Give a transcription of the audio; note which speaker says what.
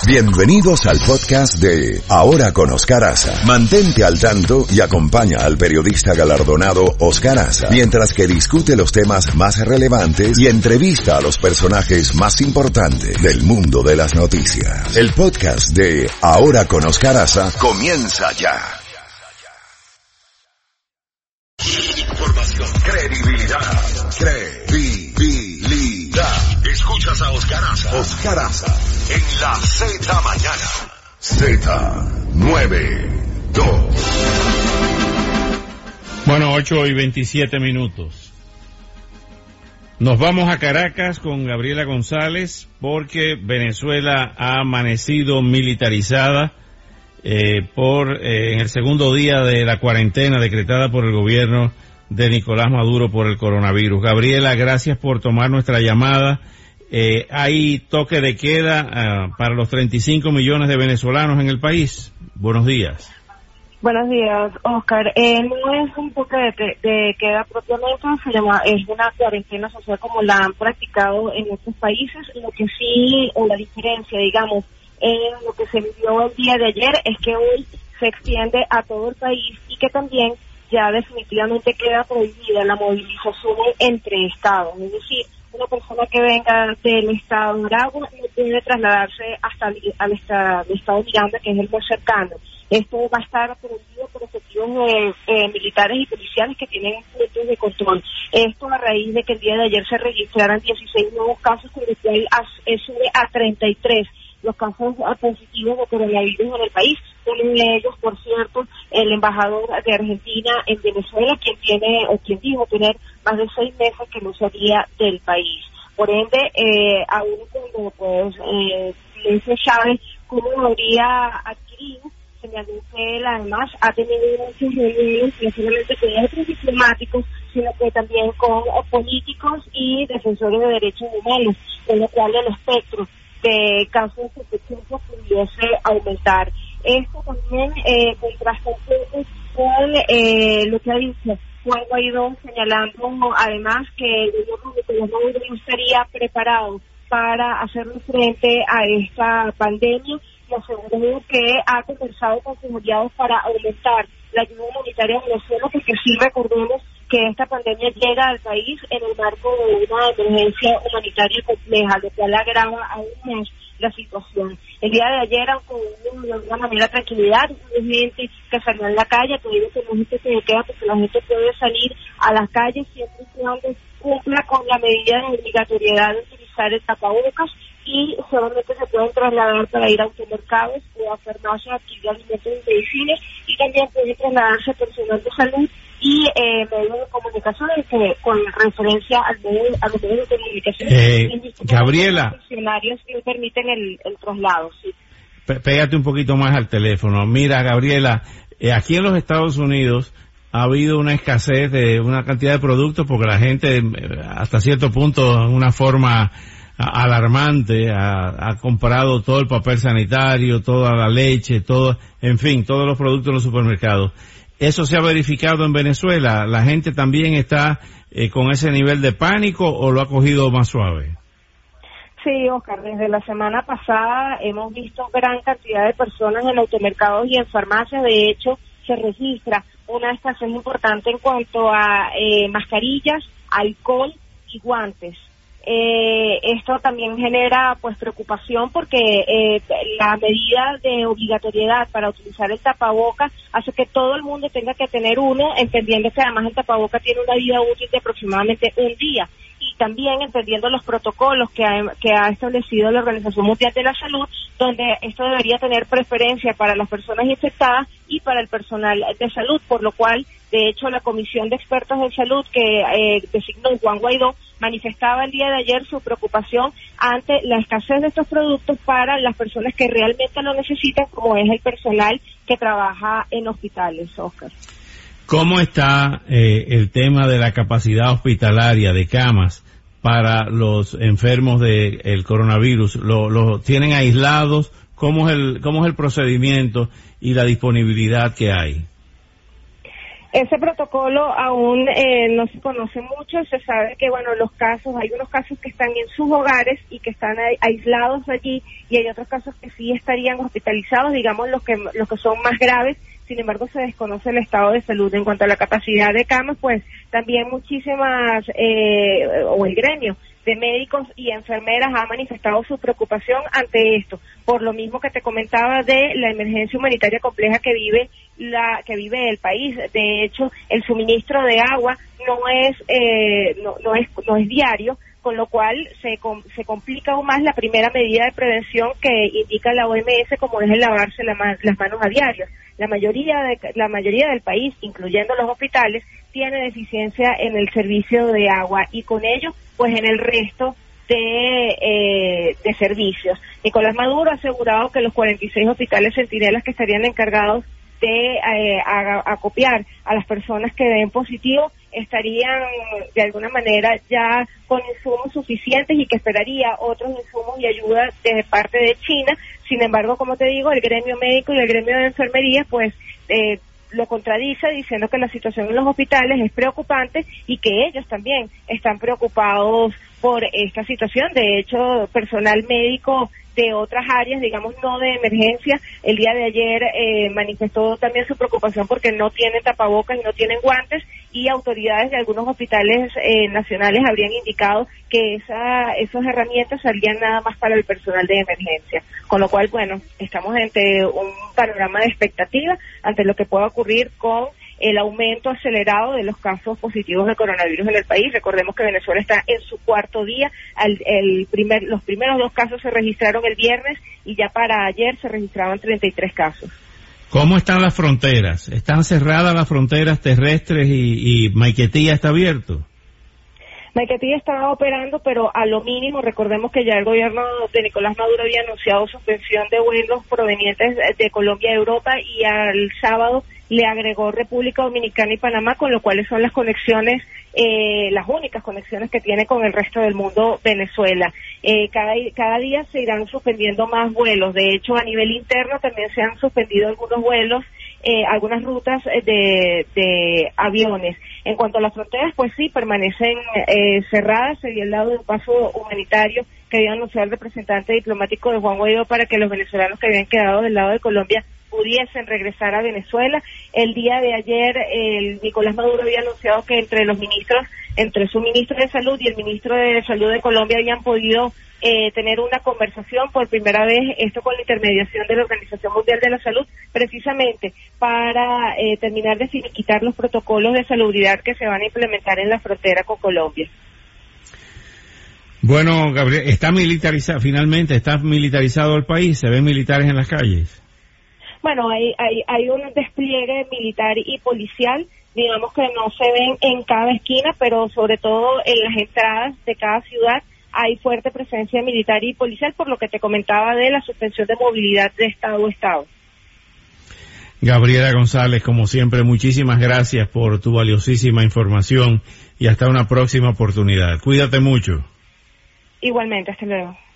Speaker 1: Bienvenidos al podcast de Ahora con Oscar Aza. Mantente al tanto y acompaña al periodista galardonado Oscar Aza mientras que discute los temas más relevantes y entrevista a los personajes más importantes del mundo de las noticias. El podcast de Ahora con Oscar Aza comienza ya. Información, credibilidad. Escuchas a Oscar Aza. Oscar Aza en la Z Mañana. Z92.
Speaker 2: Bueno, 8:27. Nos vamos a Caracas con Gabriela González porque Venezuela ha amanecido militarizada en el segundo día de la cuarentena decretada por el gobierno de Nicolás Maduro por el coronavirus. Gabriela, gracias por tomar nuestra llamada. ¿Hay toque de queda para los 35 millones de venezolanos en el país? Buenos días.
Speaker 3: Buenos días, Oscar. No es un toque de queda propiamente, es una cuarentena social como la han practicado en otros países. Lo que sí, o la diferencia, digamos, en lo que se vivió el día de ayer es que hoy se extiende a todo el país y que también ya definitivamente queda prohibida la movilización entre estados, es decir, una persona que venga del estado de Aragua no puede trasladarse hasta el estado de Miranda, que es el más cercano. Esto va a estar prohibido por efectivos militares y policiales que tienen puntos de control. Esto a raíz de que el día de ayer se registraran 16 nuevos casos, con lo cual sube a 33 los casos positivos de coronavirus en el país. Uno de ellos, por cierto, el embajador de Argentina en Venezuela, quien dijo tener más de 6 meses que no salía del país. Por ende, aún cuando Leslie Chávez, ¿cómo lo habría adquirido? Señaló que él además ha tenido muchos reuniones, no solamente con otros diplomáticos, sino que también con políticos y defensores de derechos humanos, con lo cual el espectro de casos sospechosos pudiese aumentar. Esto también contrasta un poco con lo que ha dicho Juan Guaidó, señalando además que el gobierno de Colombia no estaría preparado para hacerle frente a esta pandemia, y aseguró que ha conversado con sus aliados para aumentar la ayuda humanitaria a Venezuela, porque sí recordemos que esta pandemia llega al país en el marco de una emergencia humanitaria compleja, lo cual agrava aún más la situación. El día de ayer, aunque hubo de alguna manera tranquilidad, hubo gente que salió en la calle, que digo que no gente se queda porque la gente puede salir a las calles siempre y cuando cumpla con la medida de obligatoriedad de utilizar el tapabocas, y solamente se pueden trasladar para ir a automercados o a farmacias, adquirir alimentos y medicinas, y también puede trasladarse personal de salud y medios de comunicación con referencia a los medios de comunicación.
Speaker 2: Gabriela,
Speaker 3: los funcionarios no permiten el traslado. Sí.
Speaker 2: Pégate un poquito más al teléfono. Mira, Gabriela, aquí en los Estados Unidos ha habido una escasez de una cantidad de productos porque la gente hasta cierto punto, en una forma alarmante, ha comprado todo el papel sanitario, toda la leche, todos los productos en los supermercados. ¿Eso se ha verificado en Venezuela? ¿La gente también está con ese nivel de pánico o lo ha cogido más suave?
Speaker 3: Sí, Oscar, desde la semana pasada hemos visto gran cantidad de personas en automercados y en farmacias. De hecho, se registra una escasez importante en cuanto a mascarillas, alcohol y guantes. Esto también genera pues preocupación porque la medida de obligatoriedad para utilizar el tapabocas hace que todo el mundo tenga que tener uno, entendiendo que además el tapabocas tiene una vida útil de aproximadamente un día, y también entendiendo los protocolos que ha establecido la Organización Mundial de la Salud, donde esto debería tener preferencia para las personas infectadas y para el personal de salud, por lo cual, de hecho, la Comisión de Expertos en Salud que designó Juan Guaidó manifestaba el día de ayer su preocupación ante la escasez de estos productos para las personas que realmente lo necesitan, como es el personal que trabaja en hospitales, Oscar.
Speaker 2: ¿Cómo está el tema de la capacidad hospitalaria de camas para los enfermos del coronavirus? ¿Lo tienen aislados? ¿Cómo es el procedimiento y la disponibilidad que hay?
Speaker 3: Ese protocolo aún no se conoce mucho. Se sabe que, bueno, hay unos casos que están en sus hogares y que están aislados allí, y hay otros casos que sí estarían hospitalizados, digamos los que son más graves. Sin embargo, se desconoce el estado de salud. En cuanto a la capacidad de camas, pues también muchísimas, o el gremio de médicos y enfermeras ha manifestado su preocupación ante esto, por lo mismo que te comentaba de la emergencia humanitaria compleja que vive el país. De hecho, el suministro de agua no es diario, con lo cual se complica aún más la primera medida de prevención que indica la OMS, como es el lavarse las manos a diario. La mayoría del país, incluyendo los hospitales, tiene deficiencia en el servicio de agua, y con ello, pues en el resto de servicios. Nicolás Maduro ha asegurado que los 46 hospitales centinelas que estarían encargados de acopiar a las personas que den positivo estarían de alguna manera ya con insumos suficientes, y que esperaría otros insumos y ayuda de parte de China. Sin embargo, como te digo, el gremio médico y el gremio de enfermería pues lo contradice, diciendo que la situación en los hospitales es preocupante y que ellos también están preocupados por esta situación. De hecho, personal médico de otras áreas, digamos no de emergencia, el día de ayer manifestó también su preocupación porque no tienen tapabocas y no tienen guantes, y autoridades de algunos hospitales nacionales habrían indicado que esas herramientas salían nada más para el personal de emergencia. Con lo cual, bueno, estamos ante un panorama de expectativa ante lo que pueda ocurrir con el aumento acelerado de los casos positivos de coronavirus en el país. Recordemos que Venezuela está en su cuarto día. Los primeros 2 casos se registraron el viernes, y ya para ayer se registraban 33 casos.
Speaker 2: ¿Cómo están las fronteras? ¿Están cerradas las fronteras terrestres y Maiquetía está abierto?
Speaker 3: Maiquetía está operando, pero a lo mínimo. Recordemos que ya el gobierno de Nicolás Maduro había anunciado suspensión de vuelos provenientes de Colombia a Europa, y al sábado le agregó República Dominicana y Panamá, con lo cual son las conexiones, las únicas conexiones que tiene con el resto del mundo Venezuela. Cada día se irán suspendiendo más vuelos. De hecho, a nivel interno también se han suspendido algunos vuelos, algunas rutas de aviones. En cuanto a las fronteras, pues sí, permanecen cerradas. Sería el lado de un paso humanitario que había anunciado el representante diplomático de Juan Guaidó para que los venezolanos que habían quedado del lado de Colombia pudiesen regresar a Venezuela. El día de ayer, Nicolás Maduro había anunciado que entre su ministro de Salud y el ministro de Salud de Colombia habían podido tener una conversación por primera vez, esto con la intermediación de la Organización Mundial de la Salud, precisamente para terminar de finiquitar los protocolos de salubridad que se van a implementar en la frontera con Colombia.
Speaker 2: Bueno, Gabriel, ¿está militarizado el país? ¿Se ven militares en las calles?
Speaker 3: Bueno, hay un despliegue militar y policial, digamos que no se ven en cada esquina, pero sobre todo en las entradas de cada ciudad hay fuerte presencia militar y policial, por lo que te comentaba de la suspensión de movilidad de estado a estado.
Speaker 2: Gabriela González, como siempre, muchísimas gracias por tu valiosísima información, y hasta una próxima oportunidad. Cuídate mucho.
Speaker 3: Igualmente, hasta luego.